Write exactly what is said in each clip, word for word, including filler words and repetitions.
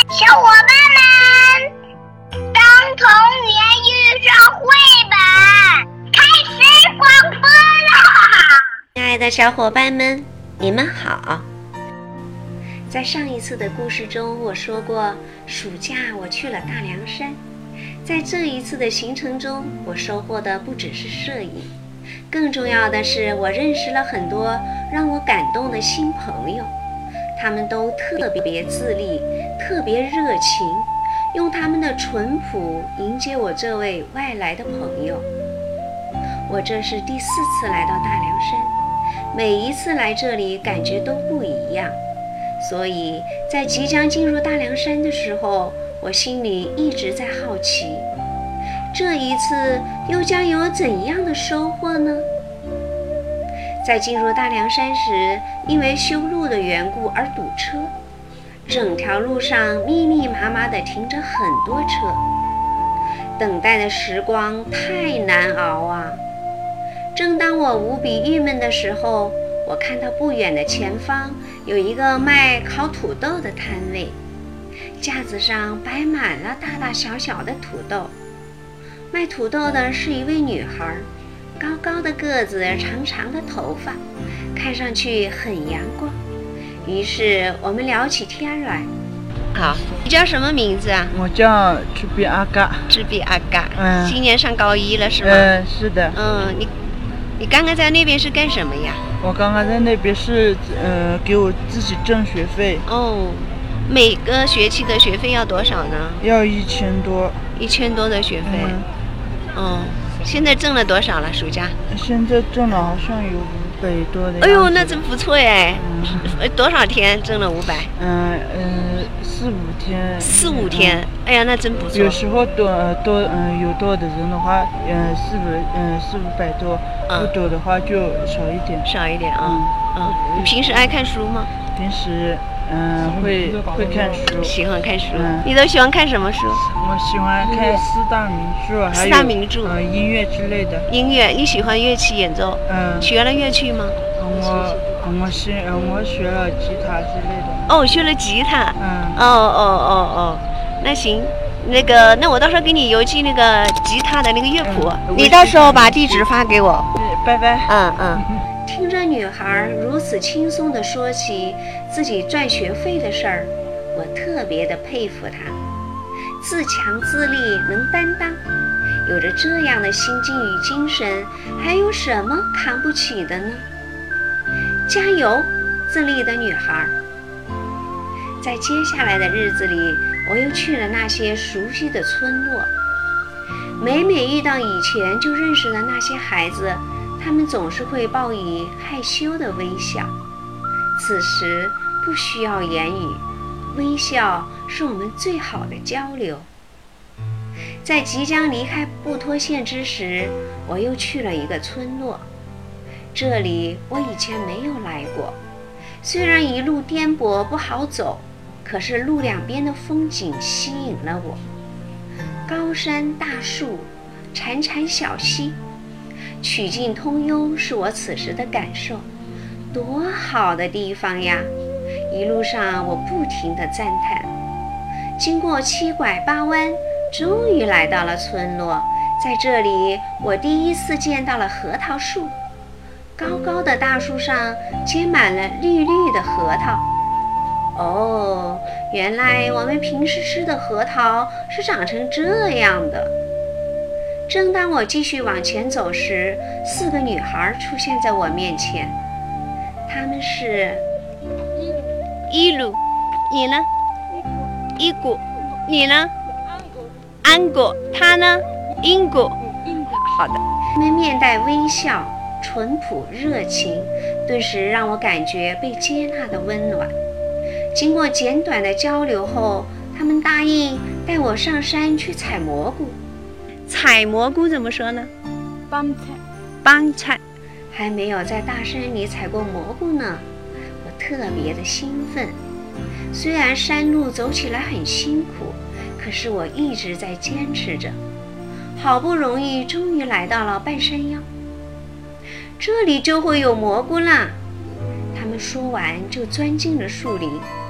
小伙伴们，当童年遇上绘本，开始广播啦！ 亲爱的小伙伴们，你们好。在上一次的故事中，我说过暑假我去了大凉山。在这一次的行程中，我收获的不只是摄影，更重要的是我认识了很多让我感动的新朋友。他们都特别自立，特别热情，用他们的淳朴迎接我这位外来的朋友。我这是第四次来到大凉山，每一次来这里感觉都不一样，所以在即将进入大凉山的时候，我心里一直在好奇，这一次又将有怎样的收获呢？在进入大凉山时，因为修路的缘故而堵车，整条路上密密麻麻地停着很多车，等待的时光太难熬啊！正当我无比郁闷的时候，我看到不远的前方有一个卖烤土豆的摊位，架子上摆满了大大小小的土豆。卖土豆的是一位女孩，高高的个子，长长的头发，看上去很阳光。于是我们聊起天来。好，你叫什么名字啊？ 我叫志比阿嘎。 志比阿嘎， 嗯， 今年上高一了是吗？ 嗯，是的。 嗯，你你刚刚在那边是干什么呀？ 我刚刚在那边是呃给我自己挣学费。 哦，每个学期的学费要多少呢？ 要一千多。一千多的学费。嗯。哦，现在挣了多少了？暑假？ 现在挣了好像有五百多的样子。 哎呦，那真不错哎！ 嗯， 多少天挣了五百？ 嗯嗯，四五天。 四五天，嗯，哎呀，那真不错。 有时候多多嗯有多的人的话，嗯四五嗯四五百多，嗯，不多的话就少一点。 少一点啊。嗯。嗯，你平时爱看书吗？ 平时。嗯，会会看书， 喜欢看书。嗯，你都喜欢看什么书？ 我喜欢看四大名著，还有四大名著， 呃，音乐之类的。 音乐，你喜欢乐器演奏？嗯，学了乐器吗？ 我我学我学了吉他之类的。 哦，学了吉他。 嗯。 哦哦哦哦，那行，那个，那我到时候给你邮寄那个吉他的那个乐谱，嗯，你到时候把地址发给我。 拜拜。 嗯嗯。听着女孩如此轻松地说起自己赚学费的事儿，我特别的佩服她，自强自立，能担当，有着这样的心境与精神，还有什么看不起的呢？加油，自立的女孩！在接下来的日子里，我又去了那些熟悉的村落，每每遇到以前就认识的那些孩子，他们总是会报以害羞的微笑。此时不需要言语，微笑是我们最好的交流。在即将离开布托县之时，我又去了一个村落，这里我以前没有来过。虽然一路颠簸不好走，可是路两边的风景吸引了我，高山大树，潺潺小溪，曲径通幽是我此时的感受。多好的地方呀！一路上我不停地赞叹。经过七拐八弯，终于来到了村落。在这里，我第一次见到了核桃树。高高的大树上结满了绿绿的核桃。哦，原来我们平时吃的核桃是长成这样的。正当我继续往前走时，四个女孩出现在我面前。她们是伊鲁，你呢？伊古，你呢？安果，她呢？英果。好的。她们面带微笑，淳朴热情，顿时让我感觉被接纳的温暖。经过简短的交流后，她们答应带我上山去采蘑菇。采蘑菇怎么说呢？ 帮菜， 帮菜，还没有在大山里采过蘑菇呢，我特别的兴奋。虽然山路走起来很辛苦，可是我一直在坚持着。好不容易，终于来到了半山腰，这里就会有蘑菇啦。他们说完就钻进了树林，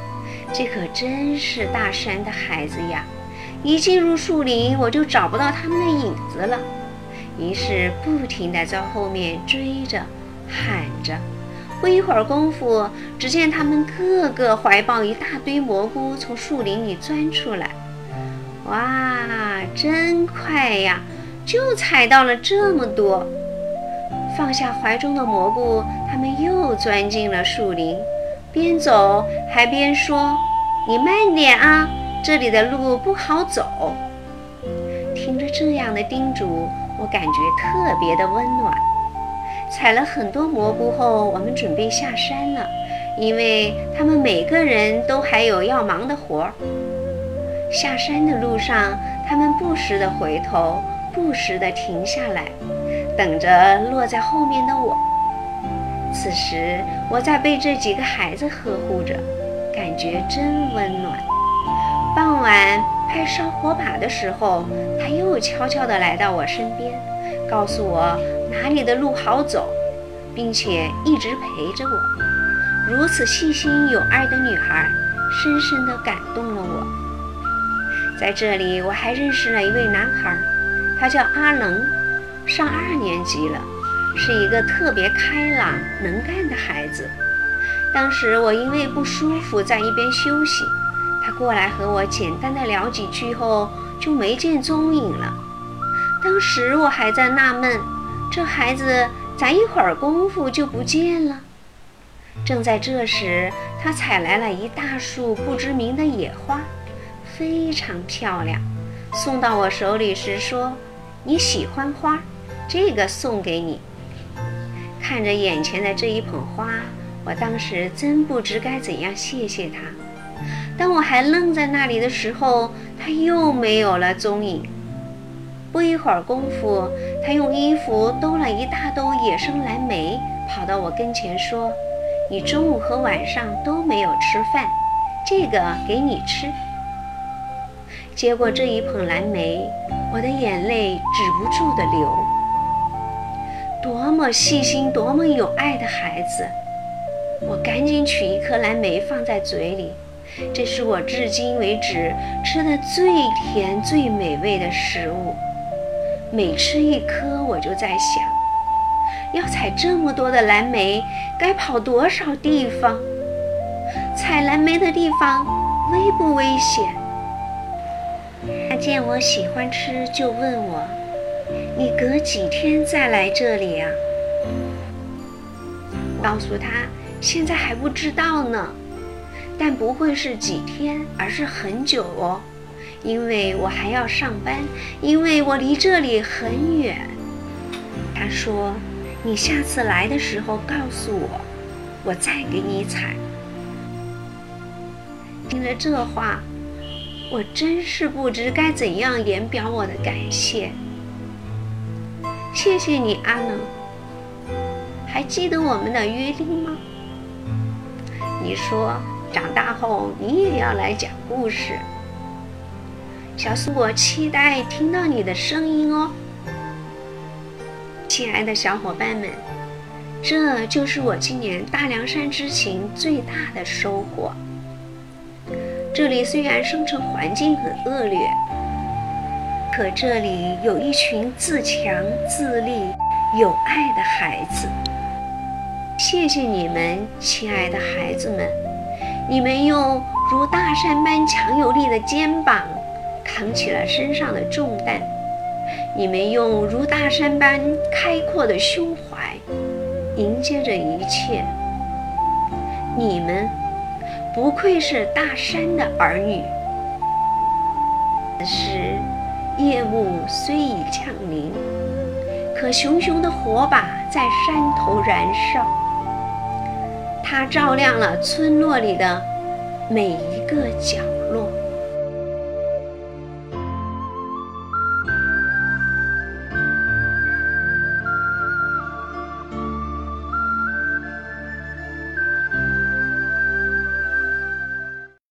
这可真是大山的孩子呀！一进入树林，我就找不到他们的影子了。于是不停地在后面追着喊着，不一会儿功夫，只见他们个个怀抱一大堆蘑菇从树林里钻出来。哇，真快呀，就采到了这么多。放下怀中的蘑菇，他们又钻进了树林，边走还边说：“你慢点啊，这里的路不好走。”听着这样的叮嘱，我感觉特别的温暖。采了很多蘑菇后，我们准备下山了，因为他们每个人都还有要忙的活儿。下山的路上，他们不时地回头，不时地停下来，等着落在后面的我。此时我在被这几个孩子呵护着，感觉真温暖。傍晚拍烧火把的时候，他又悄悄地来到我身边，告诉我哪里的路好走，并且一直陪着我。如此细心有爱的女孩，深深地感动了我。在这里，我还认识了一位男孩，他叫阿能，上二年级了，是一个特别开朗能干的孩子。当时我因为不舒服在一边休息，他过来和我简单的聊几句后就没见踪影了。当时我还在纳闷，这孩子咋一会儿功夫就不见了。正在这时，他采来了一大束不知名的野花，非常漂亮，送到我手里时说：“你喜欢花，这个送给你。”看着眼前的这一捧花，我当时真不知该怎样谢谢他。当我还愣在那里的时候，他又没有了踪影。不一会儿功夫，他用衣服兜了一大兜野生蓝莓，跑到我跟前说：“你中午和晚上都没有吃饭，这个给你吃。”接过这一捧蓝莓，我的眼泪止不住地流。多么细心，多么有爱的孩子！我赶紧取一颗蓝莓放在嘴里，这是我至今为止吃的最甜最美味的食物。每吃一颗，我就在想，要采这么多的蓝莓，该跑多少地方？采蓝莓的地方危不危险？他见我喜欢吃，就问我：“你隔几天再来这里啊？”我告诉他，现在还不知道呢，但不会是几天，而是很久哦，因为我还要上班，因为我离这里很远。他说：“你下次来的时候告诉我，我再给你采。”听了这话，我真是不知该怎样言表我的感谢。谢谢你，阿能。还记得我们的约定吗？你说长大后你也要来讲故事。小苏，我期待听到你的声音哦。亲爱的小伙伴们，这就是我今年大凉山之行最大的收获。这里虽然生存环境很恶劣，可这里有一群自强自立有爱的孩子。谢谢你们，亲爱的孩子们，你们用如大山般强有力的肩膀扛起了身上的重担，你们用如大山般开阔的胸怀迎接着一切。你们不愧是大山的儿女。此时夜幕虽已降临，可熊熊的火把在山头燃烧，它照亮了村落里的每一个角